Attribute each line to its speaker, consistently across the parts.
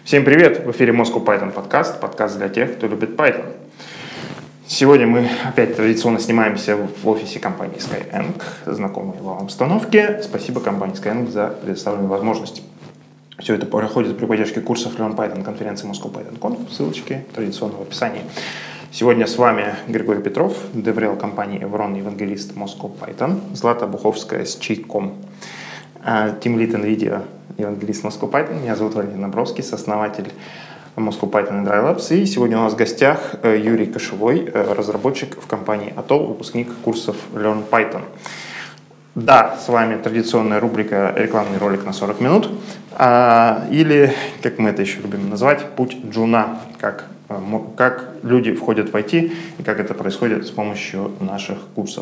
Speaker 1: Всем привет! В эфире Moscow Python подкаст для тех, кто любит Python. Сегодня мы опять традиционно снимаемся в офисе компании Skyeng, знакомой вам обстановке. Спасибо компании Skyeng за предоставленную возможность. Все это проходит при поддержке курсов Learn Python конференции Moscow Python Conf, ссылочки традиционно в описании. Сегодня с вами Григорий Петров, деврел компании Evron, евангелист Moscow Python, Злата Буховская с Чайком, Team Lead NVIDIA, евангелист Moscow Python. Меня зовут Валерий Набровский, сооснователь Moscow Python и Dry Labs. И сегодня у нас в гостях Юрий Кошевой, разработчик в компании Atoll, выпускник курсов Learn Python. Да, с вами традиционная рубрика «Рекламный ролик на 40 минут». Или, как мы это еще любим называть, «Путь джуна», как люди входят в IT и как это происходит с помощью наших курсов.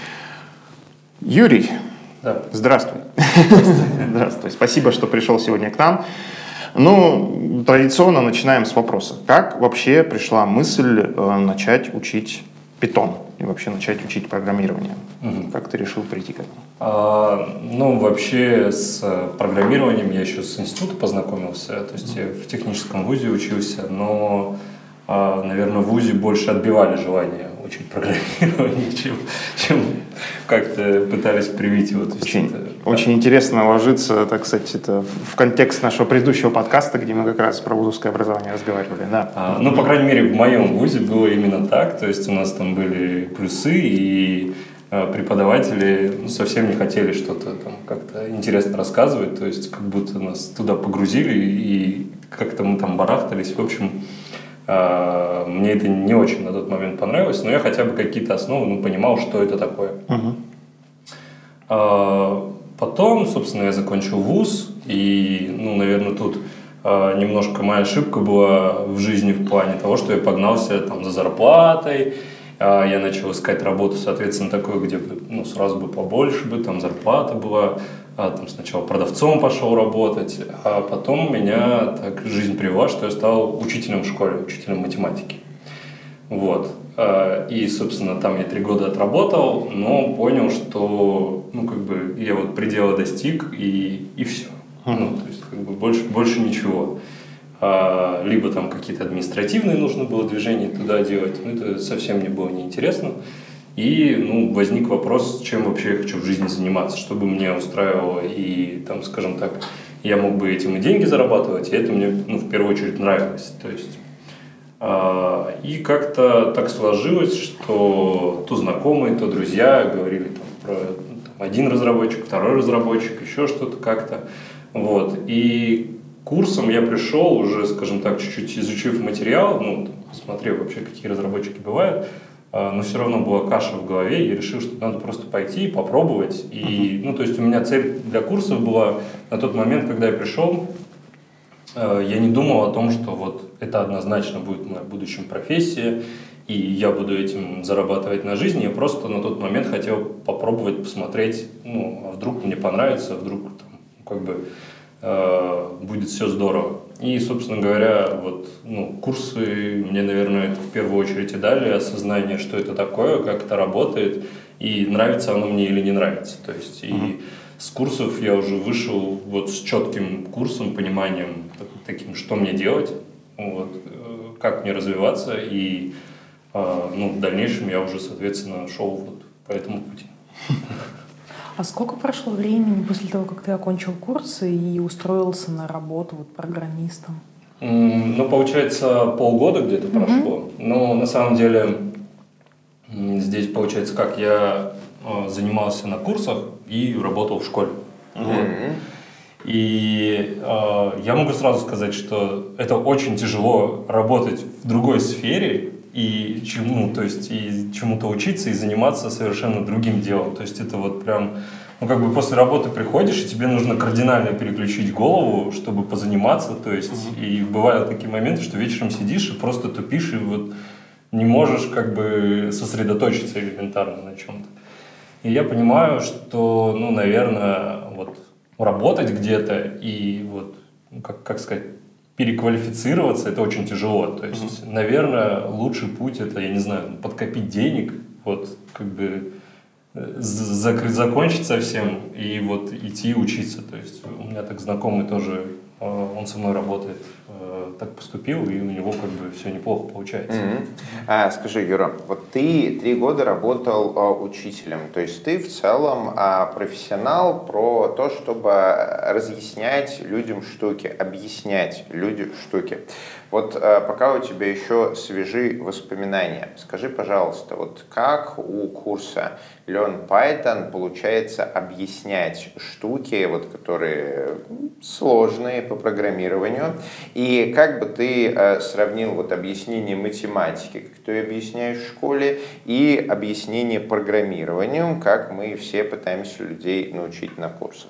Speaker 1: Юрий,
Speaker 2: да.
Speaker 1: Здравствуй. Здравствуй. Спасибо, что пришел сегодня к нам. Традиционно начинаем с вопроса. Как вообще пришла мысль начать учить Python и вообще начать учить программирование? Как ты решил прийти к этому?
Speaker 2: Вообще с программированием я еще с института познакомился. То есть я в техническом вузе учился, но, наверное, в вузе больше отбивали желание учить программирование, чем как-то пытались привить его.
Speaker 1: Очень интересно ложится, так сказать, это в контекст нашего предыдущего подкаста, где мы как раз про вузовское образование разговаривали. Да.
Speaker 2: По крайней мере, в моем вузе было именно так. То есть у нас там были плюсы, и преподаватели совсем не хотели что-то там как-то интересно рассказывать. То есть как будто нас туда погрузили, и как-то мы там барахтались. В общем, мне это не очень на тот момент понравилось, но я хотя бы какие-то основы понимал, что это такое. Потом, собственно, я закончил вуз, и, наверное, тут немножко моя ошибка была в жизни в плане того, что я погнался там за зарплатой, я начал искать работу, соответственно, такую, где бы, сразу бы побольше бы, там зарплата была, там сначала продавцом пошел работать, а потом меня так жизнь привела, что я стал учителем в школе, учителем математики. Вот. И, собственно, там я 3 года отработал, но понял, что, я предела достиг, и все. То есть, больше ничего. Либо там какие-то административные нужно было движения туда делать, это совсем мне было неинтересно. И, возник вопрос, чем вообще я хочу в жизни заниматься, что бы меня устраивало, и, там, скажем так, я мог бы этим и деньги зарабатывать, и это мне, в первую очередь, нравилось. То есть, и как-то так сложилось, что то знакомые, то друзья говорили про один разработчик, второй разработчик, еще что-то как-то. Вот. И курсом я пришел уже, скажем так, чуть-чуть изучив материал, посмотрев вообще, какие разработчики бывают, но все равно была каша в голове, и я решил, что надо просто пойти и попробовать. И, то есть у меня цель для курсов была на тот момент, когда я пришел, я не думал о том, что это однозначно будет моя будущая профессия, и я буду этим зарабатывать на жизнь. Я просто на тот момент хотел попробовать, посмотреть, а вдруг мне понравится, а вдруг будет все здорово. И, собственно говоря, курсы мне, наверное, это в первую очередь и дали осознание, что это такое, как это работает, и нравится оно мне или не нравится. То есть, и с курсов я уже вышел с четким курсом, пониманием таким, что мне делать, как мне развиваться, и в дальнейшем я уже, соответственно, шел по этому пути.
Speaker 3: А сколько прошло времени после того, как ты окончил курсы и устроился на работу программистом?
Speaker 2: Получается, полгода где-то прошло. Но на самом деле здесь, получается, как я занимался на курсах и работал в школе. И я могу сразу сказать, что это очень тяжело работать в другой сфере и чему-то учиться и заниматься совершенно другим делом. То есть это прям, после работы приходишь, и тебе нужно кардинально переключить голову, чтобы позаниматься. То есть и бывают такие моменты, что вечером сидишь и просто тупишь, и не можешь сосредоточиться элементарно на чем-то. И я понимаю, что, наверное, работать где-то и как сказать, переквалифицироваться, это очень тяжело. То есть, наверное, лучший путь это, я не знаю, подкопить денег, закончить совсем и идти учиться. То есть у меня так знакомый тоже, он со мной работает так поступил, и у него как бы все неплохо получается.
Speaker 4: Скажи, Юра, вот ты 3 года работал учителем, то есть ты в целом профессионал про то, чтобы разъяснять людям штуки, объяснять людям штуки. Вот пока у тебя еще свежи воспоминания, скажи, пожалуйста, вот как у курса Learn Python получается объяснять штуки, вот, которые сложные по программированию, и как бы ты сравнил вот объяснение математики, как ты объясняешь в школе, и объяснение программированию, как мы все пытаемся людей научить на курсах?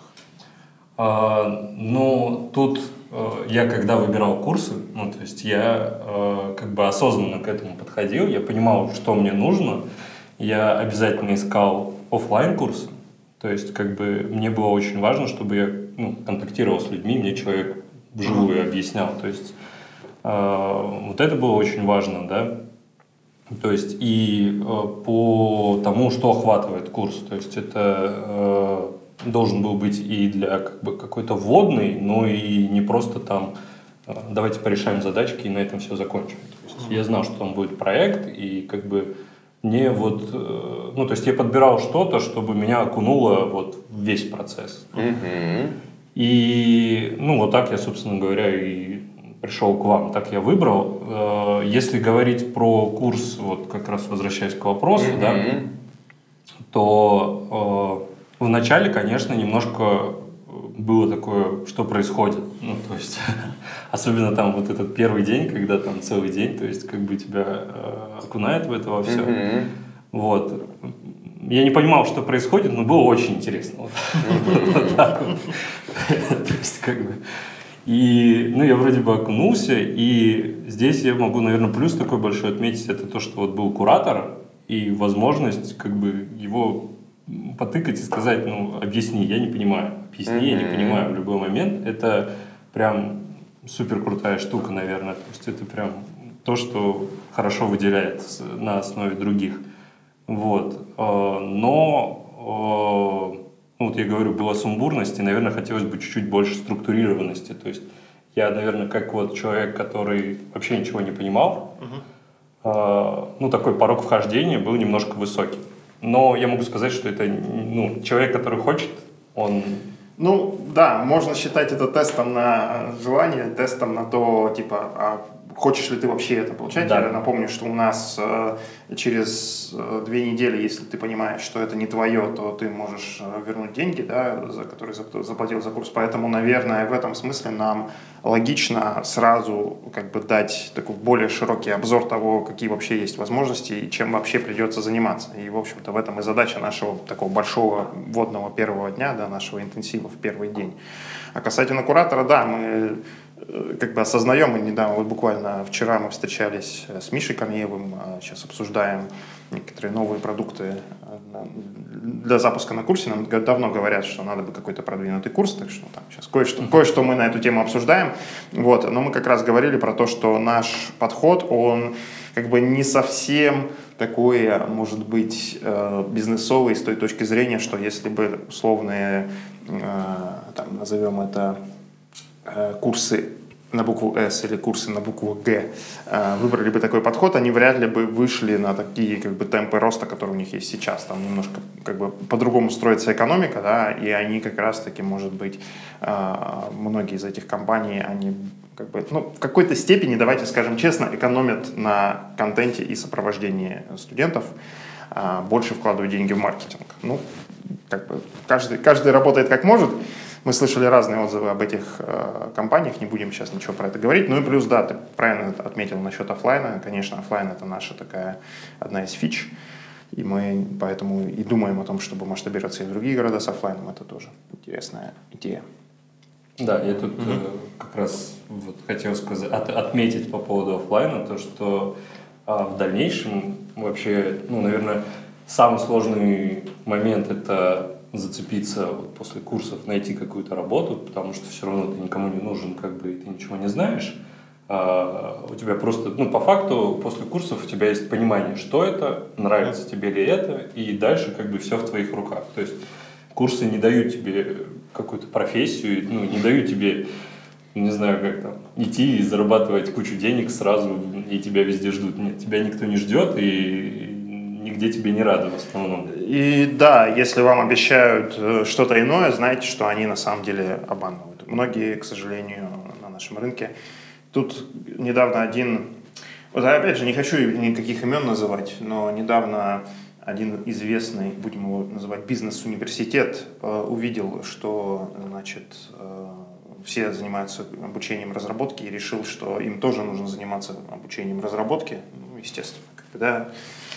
Speaker 2: Ну, тут я когда выбирал курсы, ну, то есть я как бы осознанно к этому подходил, я понимал, что мне нужно, я обязательно искал офлайн курсы, то есть как бы мне было очень важно, чтобы я контактировал с людьми, мне человек вживую объяснял, то есть вот это было очень важно, да, то есть и по тому, что охватывает курс, то есть это должен был быть и для как бы какой-то вводный, но и не просто там давайте порешаем задачки и на этом все закончим. То есть я знал, что там будет проект, и как бы мне вот, то есть я подбирал что-то, чтобы меня окунуло вот в весь процесс. И, вот так я, собственно говоря, и пришел к вам, так я выбрал. Если говорить про курс, вот как раз возвращаясь к вопросу, да, то вначале, конечно, немножко было такое, что происходит. То есть, особенно там вот этот первый день, когда там целый день, то есть как бы тебя окунает в это во все. Вот. Я не понимал, что происходит, но было очень интересно. Вот так вот. То есть как бы... И, я вроде бы окунулся, и здесь я могу, наверное, плюс такой большой отметить, это то, что вот был куратор, и возможность как бы его потыкать и сказать, объясни, я не понимаю, объясни, я не понимаю в любой момент. Это прям супер крутая штука, наверное. То есть это прям то, что хорошо выделяет на основе других. Вот. Но, вот я говорю, была сумбурность, и, наверное, хотелось бы чуть-чуть больше структурированности. То есть я, наверное, как вот человек, который вообще ничего не понимал, такой порог вхождения был немножко высокий. Но я могу сказать, что это человек, который хочет, он...
Speaker 1: Да, можно считать это тестом на желание, тестом на то, типа, хочешь ли ты вообще это получать. Да. Я напомню, что у нас через 2 недели, если ты понимаешь, что это не твое, то ты можешь вернуть деньги, да, за которые заплатил за курс. Поэтому, наверное, в этом смысле нам логично сразу как бы дать такой более широкий обзор того, какие вообще есть возможности и чем вообще придется заниматься. И, в общем-то, в этом и задача нашего такого большого вводного первого дня, да, нашего интенсива в первый день. А касательно куратора, да, мы как бы осознаем, и недавно, вот буквально вчера мы встречались с Мишей Корнеевым, сейчас обсуждаем некоторые новые продукты для запуска на курсе. Нам давно говорят, что надо бы какой-то продвинутый курс, так что там сейчас кое-что мы на эту тему обсуждаем. Вот. Но мы как раз говорили про то, что наш подход, он как бы не совсем такой, может быть, бизнесовый с той точки зрения, что если бы условные, там, назовем это, курсы на букву «С» или курсы на букву «Г» выбрали бы такой подход, они вряд ли бы вышли на такие как бы темпы роста, которые у них есть сейчас. Там немножко как бы по-другому строится экономика, да, и они как раз-таки, может быть, многие из этих компаний, они как бы, в какой-то степени, давайте скажем честно, экономят на контенте и сопровождении студентов, больше вкладывают деньги в маркетинг. Как бы каждый работает как может. Мы слышали разные отзывы об этих компаниях, не будем сейчас ничего про это говорить. Ну и плюс, да, ты правильно отметил насчет офлайна. Конечно, офлайн — это наша такая одна из фич, и мы поэтому и думаем о том, чтобы масштабироваться и в другие города с офлайном. Это тоже интересная идея.
Speaker 2: Да, я тут как раз вот хотел сказать, отметить по поводу офлайна, то, что в дальнейшем вообще, наверное, самый сложный момент — это зацепиться вот после курсов, найти какую-то работу, потому что все равно ты никому не нужен, как бы, и ты ничего не знаешь. У тебя просто, по факту, после курсов у тебя есть понимание, что это, нравится тебе ли это, и дальше как бы все в твоих руках. То есть курсы не дают тебе какую-то профессию, не дают тебе не знаю, как там, идти и зарабатывать кучу денег сразу, и тебя везде ждут. Нет, тебя никто не ждет, и нигде тебе не рады в основном.
Speaker 1: И да, если вам обещают что-то иное, знайте, что они на самом деле обманывают. Многие, к сожалению, на нашем рынке. Тут недавно один, вот опять же, не хочу никаких имен называть, но недавно один известный, будем его называть, бизнес-университет увидел, что, значит, все занимаются обучением разработки и решил, что им тоже нужно заниматься обучением разработки. Ну, естественно, да.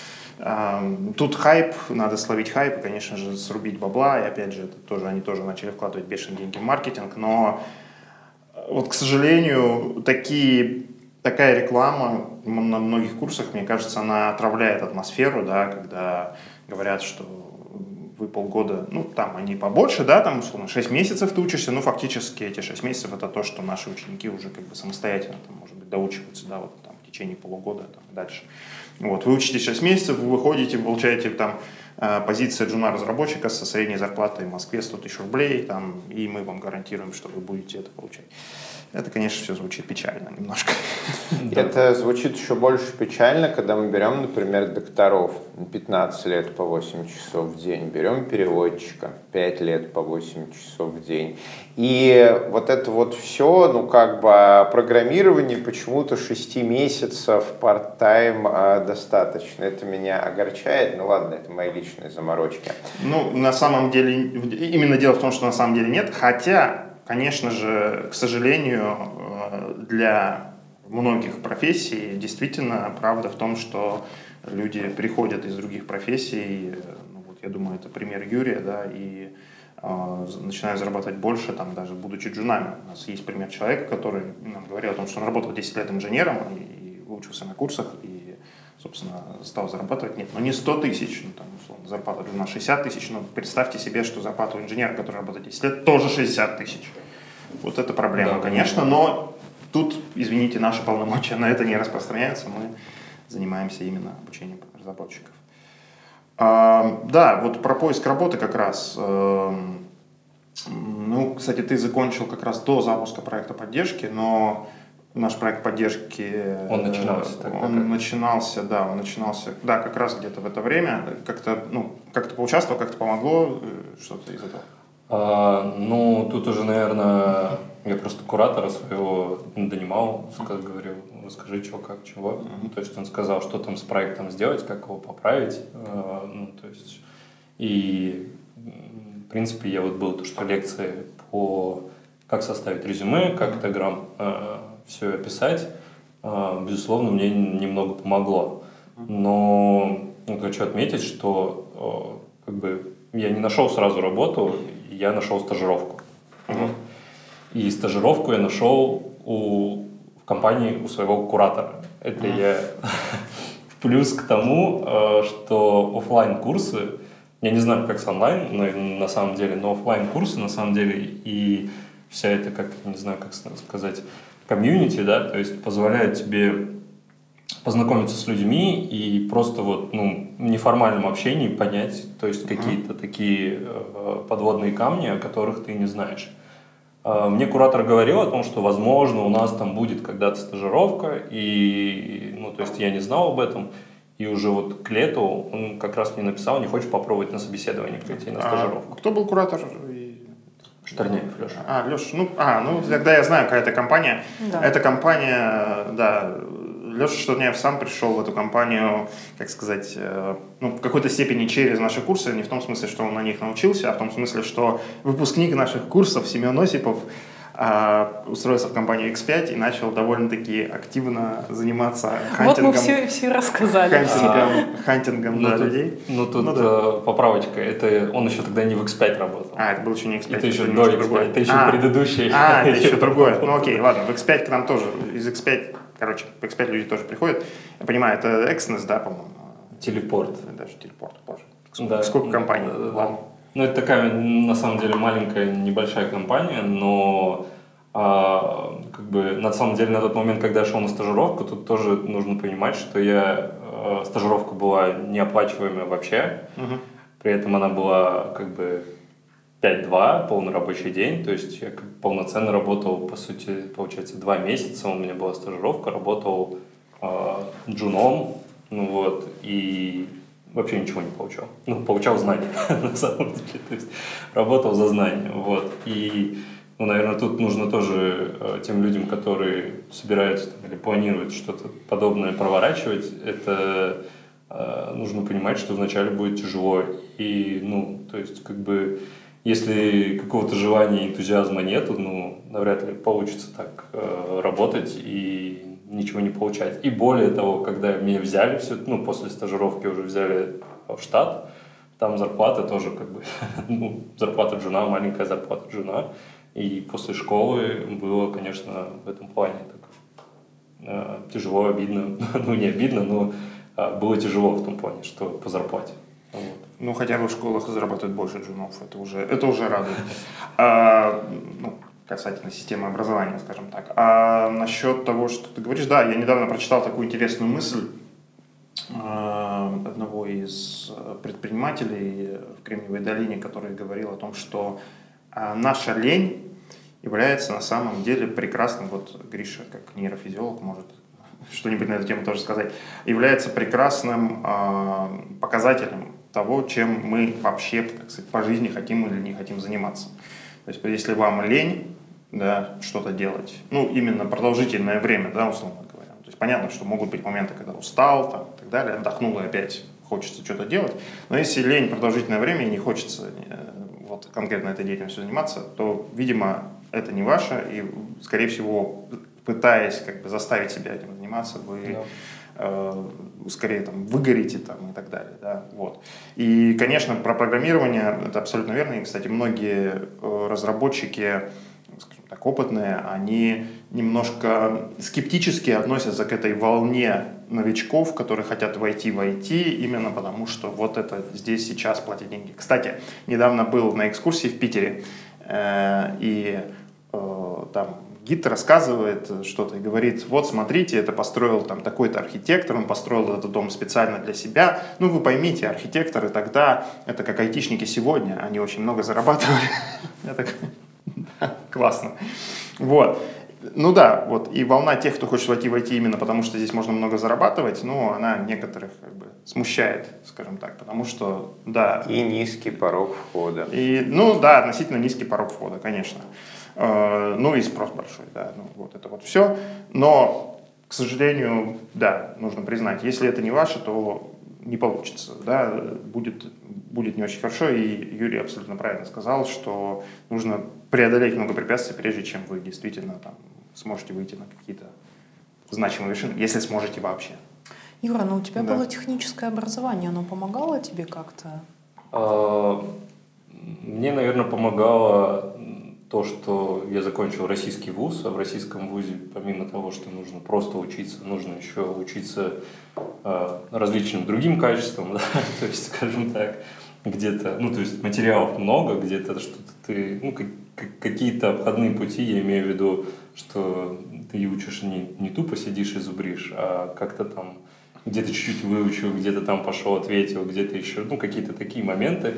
Speaker 1: Тут хайп, надо словить хайп и, конечно же, срубить бабла. И опять же, они тоже начали вкладывать бешеные деньги в маркетинг. Но вот, к сожалению, такая реклама на многих курсах, мне кажется, она отравляет атмосферу, да, когда говорят, что вы полгода, ну, там они побольше, да, там, условно, 6 месяцев ты учишься, но фактически эти 6 месяцев это то, что наши ученики уже как бы самостоятельно, там, может быть, доучиваются, да, вот там в течение полугода, там, и дальше. Вот, вы учитесь 6 месяцев, вы выходите, получаете там позиция джуна-разработчика со средней зарплатой в Москве 100 тысяч рублей, там, и мы вам гарантируем, что вы будете это получать. Это, конечно, все звучит печально немножко.
Speaker 4: Это звучит еще больше печально, когда мы берем, например, докторов 15 лет по 8 часов в день, берем переводчика 5 лет по 8 часов в день. И вот это вот все, ну как бы программирование почему-то 6 месяцев part-time достаточно. Это меня огорчает, ну ладно, это мои личные заморочки.
Speaker 1: Ну, на самом деле, именно дело в том, что на самом деле нет, хотя... Конечно же, к сожалению, для многих профессий действительно правда в том, что люди приходят из других профессий, ну, вот я думаю, это пример Юрия, да, и начинают зарабатывать больше, там, даже будучи джунами. У нас есть пример человека, который нам говорил о том, что он работал 10 лет инженером и выучился на курсах, и, собственно, стал зарабатывать, нет, ну не 100 тысяч, ну, там, условно, зарплата джуна 60 тысяч, но представьте себе, что зарплата у инженера, который работает 10 лет, тоже 60 тысяч. Вот это проблема, да, конечно, но тут, извините, наши полномочия на это не распространяются, мы занимаемся именно обучением разработчиков. Да, вот про поиск работы как раз. Ну, кстати, ты закончил как раз до запуска проекта поддержки, но наш проект поддержки...
Speaker 2: Он начинался тогда?
Speaker 1: Он начинался, да, как раз где-то в это время. Как-то поучаствовал, как-то помогло, что-то из этого?
Speaker 2: Ну, тут уже, наверное, я просто куратора своего донимал, говорил, расскажи, что, как, чего. То есть он сказал, что там с проектом сделать, как его поправить. Ну, то есть, и, в принципе, я вот был, то, что лекции по как составить резюме, как Telegram все описать, безусловно, мне немного помогло. Но хочу отметить, что как бы я не нашел сразу работу, я нашел стажировку. И стажировку я нашел в компании у своего куратора. Это я в плюс к тому, что офлайн-курсы, я не знаю, как с онлайн, на самом деле, но офлайн-курсы, на самом деле, и вся эта, как, не знаю, как сказать, комьюнити, да, то есть позволяет тебе познакомиться с людьми и просто вот, ну, в неформальном общении понять, то есть какие-то такие подводные камни, о которых ты не знаешь. Мне куратор говорил о том, что, возможно, у нас там будет когда-то стажировка, и, ну, то есть я не знал об этом, и уже вот к лету он как раз мне написал, не хочешь попробовать на собеседование прийти на стажировку.
Speaker 1: Кто был куратор?
Speaker 2: Шторняев, Леша.
Speaker 1: Леша, ну тогда я знаю, какая это компания. Да. Эта компания, да, Леша Шторняев сам пришел в эту компанию, как сказать, ну, в какой-то степени через наши курсы, не в том смысле, что он на них научился, а в том смысле, что выпускник наших курсов Семен Осипов устроился в компанию X5 и начал довольно-таки активно заниматься хантингом.
Speaker 3: Вот мы все рассказали.
Speaker 1: Хантингом людей.
Speaker 2: Ну тут поправочка, это он еще тогда не в X5 работал.
Speaker 1: Это был еще не X5.
Speaker 2: Это еще до X5, это еще предыдущий.
Speaker 1: Это еще другое. Ну окей, ладно, в X5 к нам тоже, из X5, короче, в X5 люди тоже приходят. Я понимаю, это Exness, да, по-моему?
Speaker 2: Телепорт.
Speaker 1: Даже Телепорт, боже.
Speaker 2: Сколько
Speaker 1: компаний? Ладно.
Speaker 2: Ну, это такая, на самом деле, маленькая, небольшая компания, но как бы, на самом деле, на тот момент, когда я шел на стажировку, тут тоже нужно понимать, что стажировка была неоплачиваемая вообще, при этом она была, как бы, 5-2, полный рабочий день, то есть я полноценно работал, по сути, получается, 2 месяца, у меня была стажировка, работал джуном, и вообще ничего не получал. Получал знания, на самом деле, то есть работал за знания, И, наверное, тут нужно тоже тем людям, которые собираются или планируют что-то подобное проворачивать, это нужно понимать, что вначале будет тяжело, и, то есть, если какого-то желания и энтузиазма нету, навряд ли получится так работать и ничего не получать. И более того, когда меня взяли, после стажировки уже взяли в штат, там зарплата тоже зарплата джуна, маленькая зарплата джуна. И после школы было, конечно, в этом плане так тяжело, обидно. Не обидно, но было тяжело в том плане, что по зарплате.
Speaker 1: Хотя бы в школах зарабатывают больше джунов, это уже радует. Касательно системы образования, скажем так. А насчет того, что ты говоришь, да, я недавно прочитал такую интересную мысль одного из предпринимателей в Кремниевой долине, который говорил о том, что наша лень является на самом деле прекрасным, Гриша, как нейрофизиолог, может что-нибудь на эту тему тоже сказать, является прекрасным показателем того, чем мы вообще, так сказать, по жизни хотим или не хотим заниматься. То есть, если вам лень, что-то делать, именно продолжительное время, условно говоря. То есть, понятно, что могут быть моменты, когда устал, и так далее, отдохнул и опять хочется что-то делать. Но если лень продолжительное время и не хочется конкретно этой деятельностью заниматься, то, видимо, это не ваше, и, скорее всего, пытаясь заставить себя этим заниматься, вы скорее выгорите и так далее. И, конечно, про программирование это абсолютно верно. И, кстати, многие разработчики, скажем так, опытные, они немножко скептически относятся к этой волне новичков, которые хотят войти в IT, именно потому что это здесь сейчас платят деньги. Кстати, недавно был на экскурсии в Питере, и там гид рассказывает что-то и говорит: смотрите, это построил такой-то архитектор, он построил этот дом специально для себя. Вы поймите, архитекторы тогда, это как айтишники сегодня, они очень много зарабатывали. Я так, классно. И волна тех, кто хочет войти в IT именно потому, что здесь можно много зарабатывать, она некоторых смущает, скажем так, потому что, да.
Speaker 4: И низкий порог входа.
Speaker 1: Относительно низкий порог входа, конечно. И спрос большой, это все. Но, к сожалению, нужно признать, если это не ваше, то не получится, будет не очень хорошо. И Юрий абсолютно правильно сказал, что нужно преодолеть много препятствий, прежде чем вы действительно сможете выйти на какие-то значимые вершины, если сможете вообще.
Speaker 3: Юра, у тебя было техническое образование, оно помогало тебе как-то?
Speaker 2: Мне, наверное, помогало то, что я закончил российский вуз, а в российском вузе, помимо того, что нужно просто учиться, нужно еще учиться различным другим качествам, то есть, скажем так, где-то, то есть материалов много, где-то что-то ты, какие-то обходные пути, я имею в виду, что ты учишь не тупо сидишь и зубришь, а как-то там где-то чуть-чуть выучил, где-то там пошел, ответил, где-то еще, какие-то такие моменты.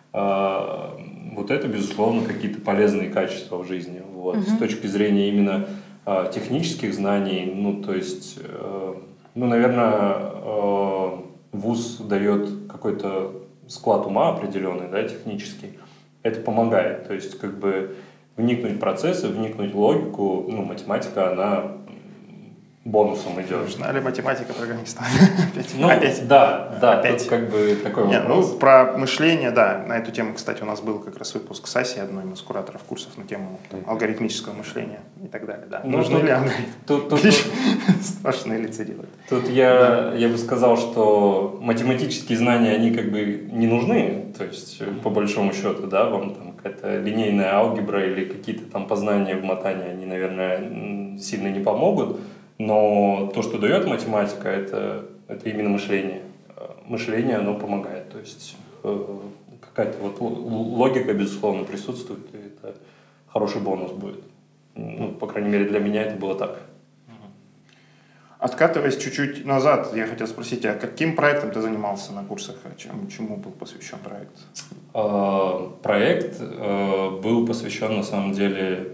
Speaker 2: Это, безусловно, какие-то полезные качества в жизни. С точки зрения именно технических знаний, то есть, наверное, вуз дает какой-то склад ума определенный, технический. Это помогает, то есть, вникнуть в процессы, вникнуть в логику, математика, она бонусом идет.
Speaker 1: Нужна ли математика программиста?
Speaker 2: Опять. Да, тут такой вопрос.
Speaker 1: Про мышление, на эту тему, кстати, у нас был как раз выпуск с Асей, одной из кураторов курсов на тему алгоритмического мышления и так далее. Нужны ли алгоритмы? Страшные лица делают.
Speaker 2: Тут я бы сказал, что математические знания, они не нужны, то есть, по большому счету, вам какая-то линейная алгебра или какие-то там познания в матании, они, наверное, сильно не помогут. Но то, что дает математика, это именно мышление. Мышление, оно помогает. То есть какая-то логика, безусловно, присутствует, и это хороший бонус будет. По крайней мере, для меня это было так.
Speaker 1: Откатываясь чуть-чуть назад, я хотел спросить, а каким проектом ты занимался на курсах? Чему был посвящен проект?
Speaker 2: Проект был посвящен, на самом деле,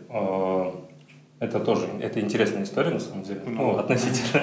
Speaker 2: это интересная история, на самом деле, относительно.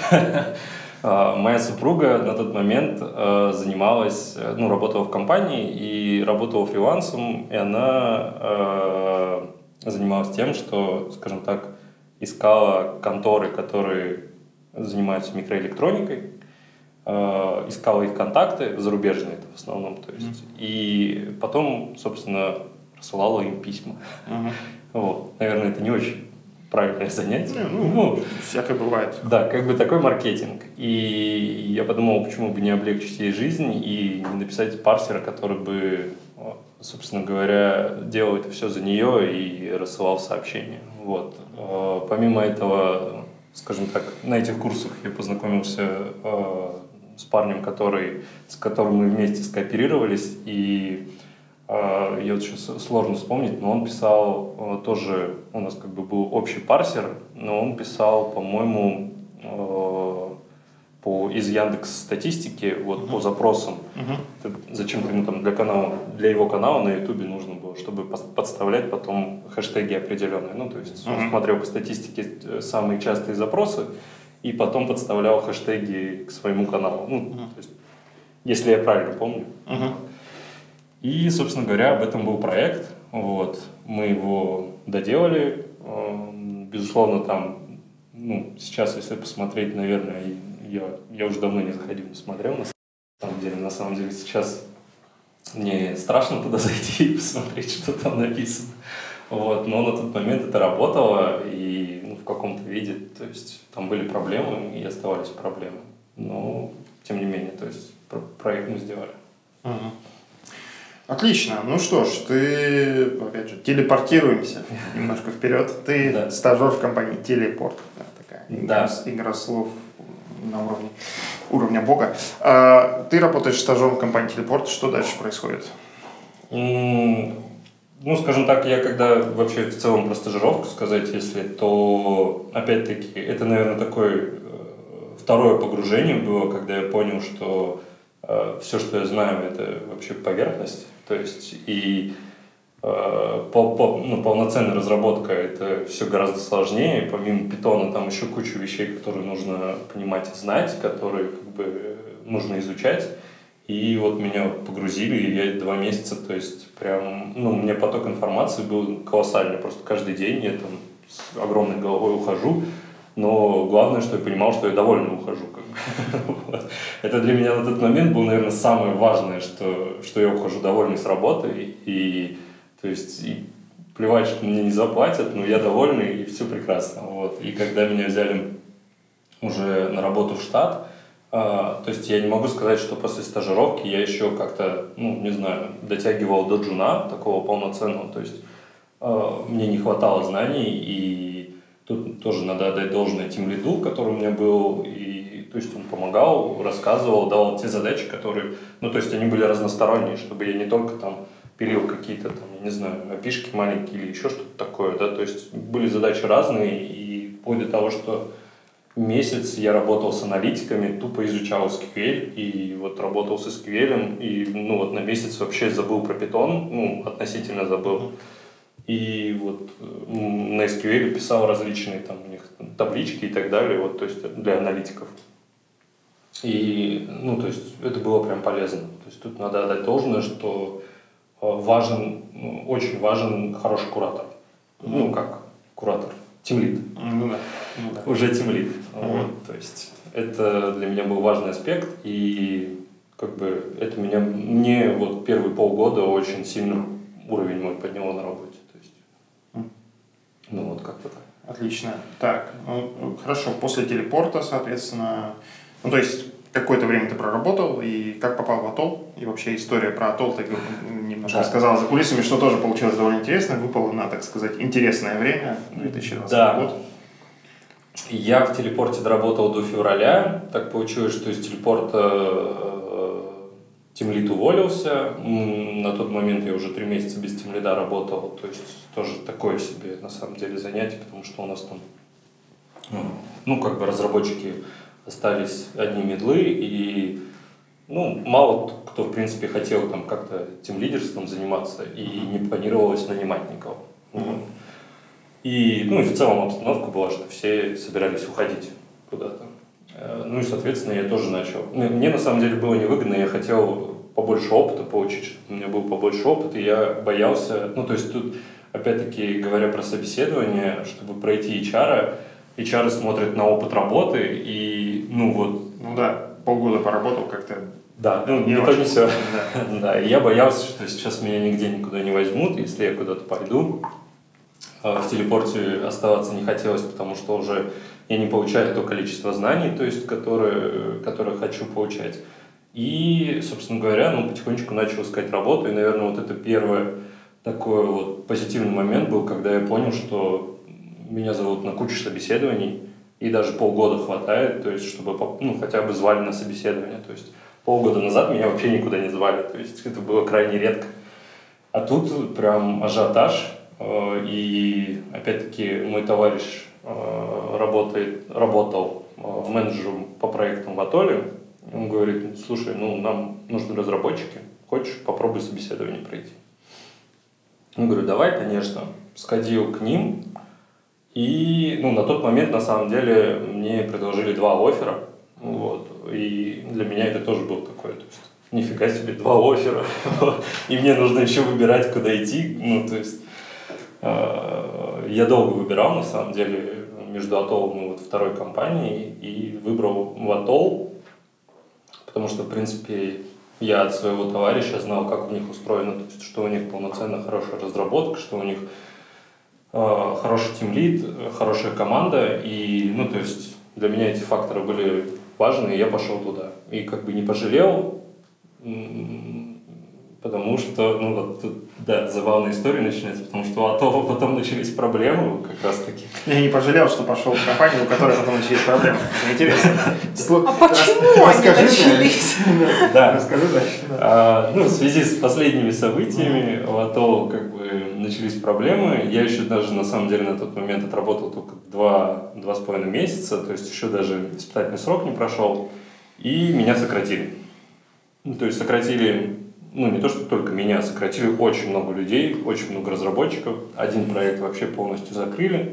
Speaker 2: Моя супруга на тот момент занималась, работала в компании и работала фрилансом, и она занималась тем, что, скажем так, искала конторы, которые занимаются микроэлектроникой, искала их контакты, зарубежные это в основном, то есть, и потом, собственно, рассылала им письма. Вот. Наверное, это не очень правильное занятие.
Speaker 1: Всякое бывает.
Speaker 2: Да, как бы такой маркетинг. И я подумал, почему бы не облегчить ей жизнь и не написать парсера, который бы, собственно говоря, делал это все за нее и рассылал сообщения. Вот. Помимо этого, скажем так, на этих курсах я познакомился с парнем, с которым мы вместе скооперировались, и я вот сейчас сложно вспомнить, но он писал тоже, у нас как бы был общий парсер, но он писал, по-моему, из Яндекс.Статистики, по запросам. Зачем-то ему там для его канала на Ютубе нужно было, чтобы подставлять потом хэштеги определенные. То есть он смотрел по статистике самые частые запросы и потом подставлял хэштеги к своему каналу. То есть, если я правильно помню. И, собственно говоря, об этом был проект. Мы его доделали. Безусловно, там, сейчас, если посмотреть, наверное, я уже давно не заходил, не смотрел, на самом деле, сейчас мне страшно туда зайти и посмотреть, что там написано. Но на тот момент это работало, и в каком-то виде, то есть, там были проблемы, и оставались проблемы. Но, тем не менее, то есть, проект мы сделали.
Speaker 1: Отлично. Ну что ж, ты, опять же, телепортируемся немножко вперед. Ты стажер в компании Телепорт. Такая игра слов на уровня бога. Ты работаешь стажером в компании Телепорт. Что дальше происходит?
Speaker 2: Скажем так, я когда вообще в целом про стажировку сказать, то опять-таки это, наверное, такое второе погружение было, когда я понял, что все, что я знаю, это вообще поверхность. То есть и полноценная разработка это все гораздо сложнее. Помимо питона там еще куча вещей, которые нужно понимать и знать, которые как бы нужно изучать. И меня погрузили, и я 2 месяца, то есть прям, у меня поток информации был колоссальный. Просто каждый день я там с огромной головой ухожу. Но главное, что я понимал, что я довольно ухожу. Это для меня на тот момент было, наверное, самое важное, что я ухожу довольный с работы. И плевать, что мне не заплатят, но я довольный, и все прекрасно. И когда меня взяли уже на работу в штат, то есть я не могу сказать, что после стажировки я еще как-то, дотягивал до джуна, такого полноценного. То есть мне не хватало знаний, и тут тоже надо отдать должное тимлиду, который у меня был, и, то есть он помогал, рассказывал, давал те задачи, которые, то есть они были разносторонние, чтобы я не только там пилил какие-то там, я не знаю, опишки маленькие или еще что-то такое, то есть были задачи разные, и вплоть до того, что месяц я работал с аналитиками, тупо изучал SQL, и работал с SQL, и на месяц вообще забыл про Python, относительно забыл. И на SQL писал различные там у них таблички и так далее, то есть для аналитиков. И, то есть это было прям полезно. То есть тут надо отдать должное, что очень важен хороший куратор. Как куратор? Тимлид. Уже тимлид. То есть это для меня был важный аспект, и как бы это мне первые полгода очень сильно уровень мой подняло на работе. Как-то так.
Speaker 1: Отлично. Так, хорошо. После телепорта, соответственно, то есть какое-то время ты проработал, и как попал в Атолл, и вообще история про Атолл, ты немножко сказал за кулисами, что тоже получилось довольно интересно, выпало на, так сказать, интересное время, 2020 год.
Speaker 2: Я в телепорте доработал до февраля, так получилось, что из телепорта тимлид уволился, на тот момент я уже 3 месяца без тимлида работал, то есть тоже такое себе на самом деле занятие, потому что у нас там ну, как бы разработчики остались одни медлы, и, ну, мало кто, в принципе, хотел там как-то тимлидерством заниматься, и не планировалось нанимать никого. И, ну, и в целом обстановка была, что все собирались уходить куда-то. Ну и, соответственно, я тоже начал. Мне на самом деле было невыгодно, я хотел побольше опыта получить, чтобы у меня был побольше опыта, и я боялся, ну, то есть тут, опять-таки, говоря про собеседование, чтобы пройти HR смотрят на опыт работы, и, ну, вот...
Speaker 1: Ну да, полгода поработал как-то...
Speaker 2: Да, ну, не то, не все. Да, и я боялся, что сейчас меня нигде никуда не возьмут, если я куда-то пойду. В телепорте оставаться не хотелось, потому что уже я не получаю то количество знаний, то есть, которые хочу получать. И, собственно говоря, ну, потихонечку начал искать работу, и, наверное, вот это первый такой вот позитивный момент был, когда я понял, что меня зовут на кучу собеседований, и даже полгода хватает, то есть, чтобы, ну, хотя бы звали на собеседование, то есть, полгода назад меня вообще никуда не звали, то есть, это было крайне редко. А тут прям ажиотаж, и, опять-таки, мой товарищ работал менеджером по проектам в Атоле. Он говорит: слушай, ну, нам нужны разработчики, хочешь, попробуй собеседование пройти. Я говорю: давай, конечно. Сходил к ним, и, ну, на тот момент, на самом деле, мне предложили 2 оффера, вот, и для меня это тоже был такой, то есть, нифига себе, 2 оффера, и мне нужно еще выбирать, куда идти, ну, то есть, я долго выбирал, на самом деле, между Атолом и вот второй компанией, и выбрал в Атол, потому что, в принципе, я от своего товарища знал, как у них устроено, то есть, что у них полноценно хорошая разработка, что у них хороший тимлид, хорошая команда, и, ну, то есть, для меня эти факторы были важны, и я пошел туда. И как бы не пожалел, потому что, ну, вот тут, да, забавная история начинается, потому что у Атола потом начались проблемы, как раз таки.
Speaker 1: Я не пожалел, что пошел в компанию, у которой потом начались проблемы. Интересно.
Speaker 3: А почему они начались?
Speaker 2: Да.
Speaker 1: Расскажи дальше.
Speaker 2: Ну, в связи с последними событиями у Атола как бы начались проблемы. Я еще даже, на самом деле, на тот момент отработал только 2,5 месяца, то есть еще даже испытательный срок не прошел, и меня сократили. Ну, то есть сократили, ну, не то, что только меня, сократили очень много людей, очень много разработчиков. Один проект вообще полностью закрыли.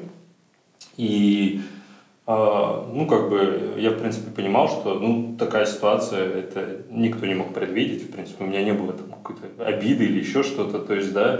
Speaker 2: И, ну, как бы, я, в принципе, понимал, что, ну, такая ситуация, это никто не мог предвидеть. В принципе, у меня не было там какой-то обиды или еще что-то. То есть, да,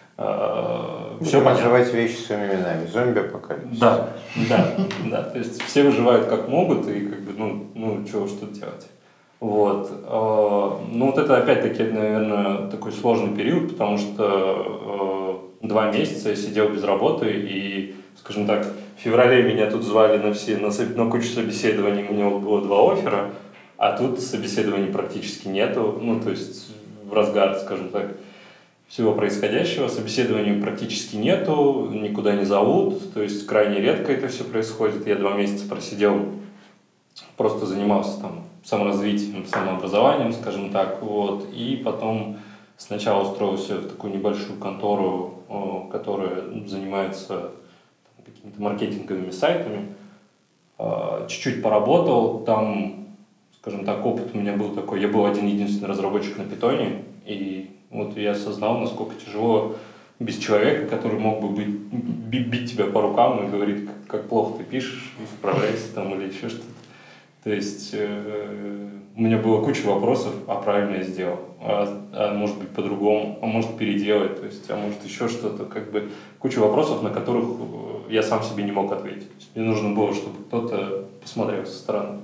Speaker 4: все называть вещи своими именами. Зомби-апокалипсис.
Speaker 2: Да, да, да. То есть, все выживают как могут, и, как бы, ну, что делать. Вот. Ну, вот это, опять-таки, наверное, такой сложный период, потому что 2 месяца я сидел без работы, и, скажем так, в феврале меня тут звали на кучу собеседований, у меня было 2 оффера, а тут собеседований практически нету, ну, то есть в разгар, скажем так, всего происходящего, собеседований практически нету, никуда не зовут, то есть крайне редко это все происходит. Я 2 месяца просидел, просто занимался там саморазвитием, самообразованием, скажем так, вот, и потом сначала устроился в такую небольшую контору, которая занимается какими-то маркетинговыми сайтами, чуть-чуть поработал, там, скажем так, опыт у меня был такой, я был один-единственный разработчик на питоне, и вот я осознал, насколько тяжело без человека, который мог бы бить тебя по рукам и говорить, как плохо ты пишешь, исправляйся там или еще что-то. То есть у меня было куча вопросов, а правильно я сделал, а может быть по-другому, а может переделать, то есть, а может еще что-то, как бы куча вопросов, на которых я сам себе не мог ответить. Мне нужно было, чтобы кто-то посмотрел со стороны.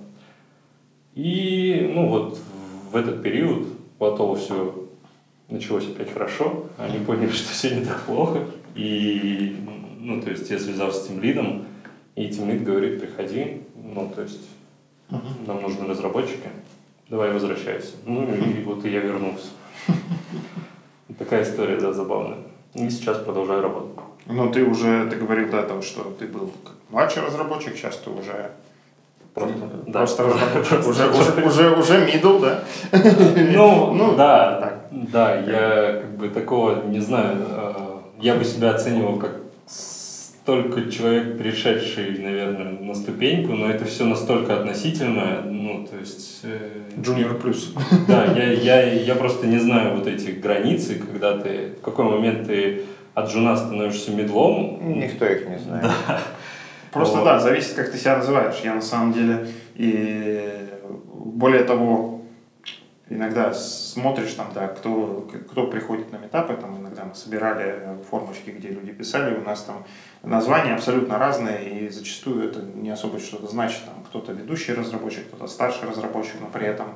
Speaker 2: И, ну, вот в этот период у Атола все началось опять хорошо, они поняли, что все не так плохо, и, ну, то есть я связался с тимлидом, и тимлид говорит: приходи, ну, то есть нам нужны разработчики, давай возвращайся. Ну и вот и я вернулся. Такая история, да, забавная. И сейчас продолжаю работать.
Speaker 1: Ну, ты говорил до этого, что ты был как младший разработчик, сейчас ты уже просто разработчик, уже middle, да?
Speaker 2: Ну, да, я как бы такого не знаю, я бы себя оценивал как только человек, пришедший, наверное, на ступеньку, но это все настолько относительно, ну, то есть...
Speaker 1: Junior плюс.
Speaker 2: Да, я просто не знаю вот эти границы, когда ты, в какой момент ты от джуна становишься мидлом.
Speaker 4: Никто их не знает.
Speaker 2: Да.
Speaker 1: Просто
Speaker 2: Вот.
Speaker 1: да, зависит, как ты себя называешь. Я на самом деле и более того, иногда смотришь там, да, кто приходит на митапы, там иногда мы собирали формочки, где люди писали, у нас там названия абсолютно разные, и зачастую это не особо что-то значит. Там кто-то ведущий разработчик, кто-то старший разработчик, но при этом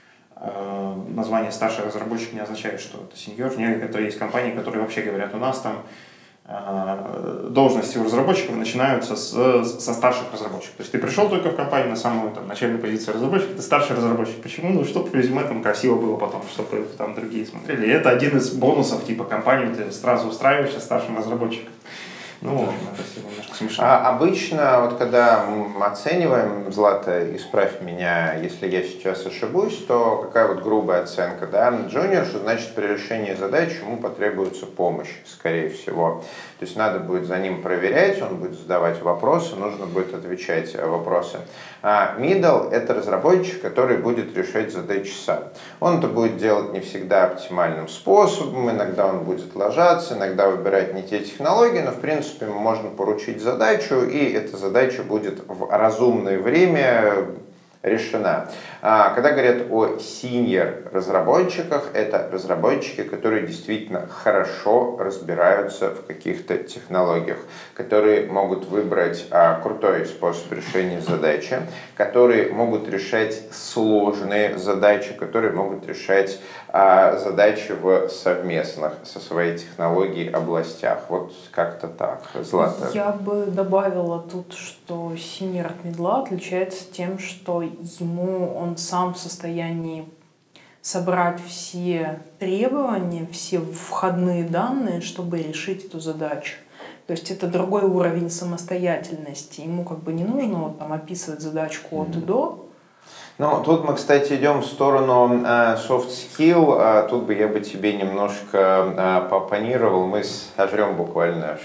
Speaker 1: название старший разработчик не означает, что это сеньор. Некоторые есть компании, которые вообще говорят, у нас там должности у разработчиков начинаются со старших разработчиков. То есть ты пришел только в компанию на самую там, начальную позицию разработчика, ты старший разработчик. Почему? Ну, чтобы в резюме там красиво было потом, чтобы там другие смотрели. И это один из бонусов типа компании, ты сразу устраиваешься старшим разработчиком. Ну, в общем, это все немножко смешно.
Speaker 4: Обычно, вот когда мы оцениваем, Злата, исправь меня, если я сейчас ошибусь, то какая вот грубая оценка, да? Джуниор, что значит при решении задач ему потребуется помощь, скорее всего. То есть надо будет за ним проверять, он будет задавать вопросы, нужно будет отвечать вопросы. А middle — это разработчик, который будет решать задачи сам. Он это будет делать не всегда оптимальным способом, иногда он будет ложаться, иногда выбирать не те технологии, но в принципе можно поручить задачу, и эта задача будет в разумное время решена. Когда говорят о senior разработчиках, это разработчики, которые действительно хорошо разбираются в каких-то технологиях, которые могут выбрать крутой способ решения задачи, которые могут решать сложные задачи, которые могут решать задачи в совместных со своей технологией областях. Вот как-то так. Злата.
Speaker 3: Я бы добавила тут, что senior от мидла отличается тем, что он сам в состоянии собрать все требования, все входные данные, чтобы решить эту задачу. То есть это другой уровень самостоятельности. Ему как бы не нужно вот там описывать задачку от и до.
Speaker 4: Ну, тут мы, кстати, идем в сторону soft skill. Тут бы я бы тебе немножко поопонировал. Мы сожрем буквально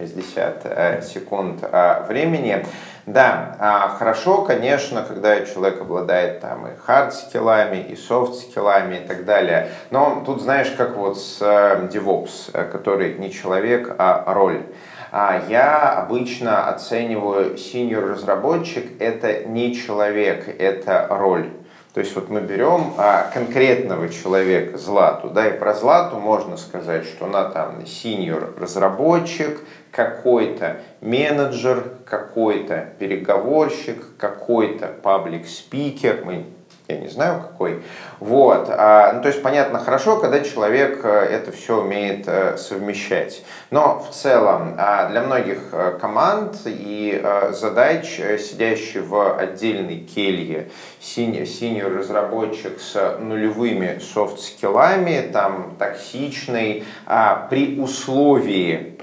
Speaker 4: 60 секунд времени. Да, хорошо, конечно, когда человек обладает там и хард-скиллами, и софт-скиллами и так далее. Но тут, знаешь, как вот с DevOps, который не человек, а роль. Я обычно оцениваю senior разработчик — это не человек, это роль. То есть вот мы берем конкретного человека, Злату, да, и про Злату можно сказать, что она там senior разработчик, какой-то менеджер, какой-то переговорщик, какой-то паблик спикер, я не знаю какой. Вот. Ну, то есть понятно хорошо, когда человек это все умеет совмещать. Но в целом для многих команд и задач, сидящий в отдельной келье senior разработчик с нулевыми софт-скиллами, там токсичный, при условии,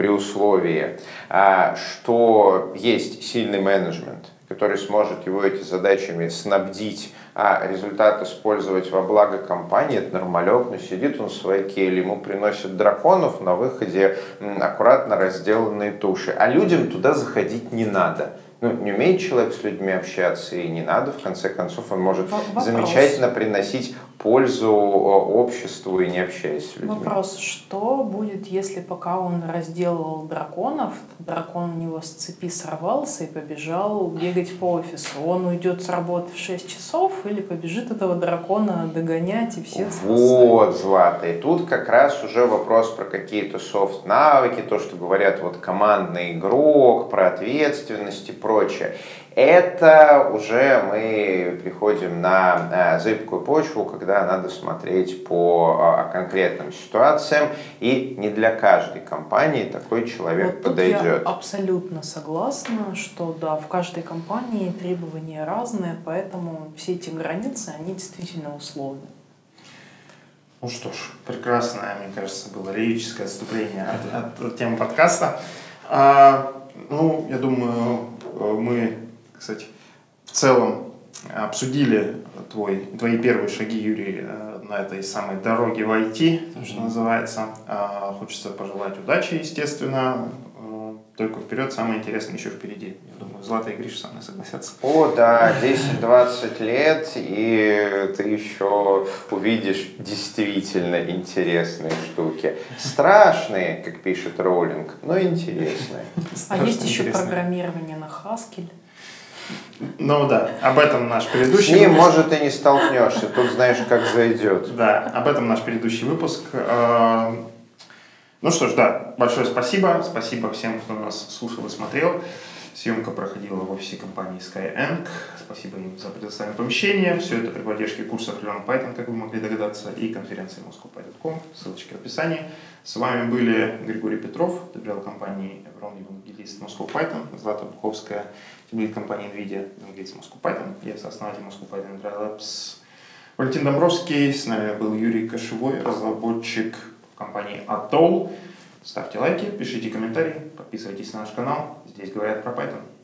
Speaker 4: что есть сильный менеджмент, который сможет его этими задачами снабдить, а результат использовать во благо компании, это нормалек, но сидит он в своей келье, ему приносят драконов, на выходе аккуратно разделанные туши. А людям туда заходить не надо. Ну, не умеет человек с людьми общаться, и не надо, в конце концов, он может замечательно приносить пользу обществу и не общаясь с людьми.
Speaker 3: Вопрос, что будет, если пока он разделывал драконов, дракон у него с цепи сорвался и побежал бегать по офису? Он уйдет с работы в 6 часов или побежит этого дракона догонять и всех спасать?
Speaker 4: Вот, Злата, и тут как раз уже вопрос про какие-то софт-навыки, то, что говорят вот командный игрок, про ответственность и прочее. Это уже мы приходим на зыбкую почву, когда надо смотреть по конкретным ситуациям, и не для каждой компании такой человек
Speaker 3: вот
Speaker 4: подойдет.
Speaker 3: Я абсолютно согласна, что да, в каждой компании требования разные, поэтому все эти границы, они действительно условны.
Speaker 1: Ну что ж, прекрасное, мне кажется, было лирическое отступление от темы подкаста. Ну, я думаю, мы, кстати, в целом обсудили твои первые шаги, Юрий, на этой самой дороге в IT, что называется. Хочется пожелать удачи, естественно, только вперед, самое интересное еще впереди. Я думаю, Злата и Гриша со мной согласятся.
Speaker 4: О, да, 10-20 лет, и ты еще увидишь действительно интересные штуки. Страшные, как пишет Роулинг, но интересные.
Speaker 3: А есть еще программирование на Haskell.
Speaker 1: Ну да, об этом наш предыдущий
Speaker 4: С ним,
Speaker 1: выпуск.
Speaker 4: может, и не столкнешься, тут знаешь, как зайдет.
Speaker 1: Да, об этом наш предыдущий выпуск. Ну что ж, да, большое спасибо. Спасибо всем, кто нас слушал и смотрел. Съемка проходила в офисе компании Skyeng. Спасибо им за предоставленное помещение. Все это при поддержке курсов Learn Python, как вы могли догадаться, и конференции MoscowPython.com. Ссылочки в описании. С вами были Григорий Петров, добрел компании Evron, евангелист Moscow Python, Злата Буховская, тимлид компании NVIDIA, евангелист Moscow Python. Я сооснователь Moscow Python Dry Labs. Валентин Домбровский. С нами был Юрий Кошевой, разработчик компании Atoll. Ставьте лайки, пишите комментарии, подписывайтесь на наш канал. Здесь говорят про Python.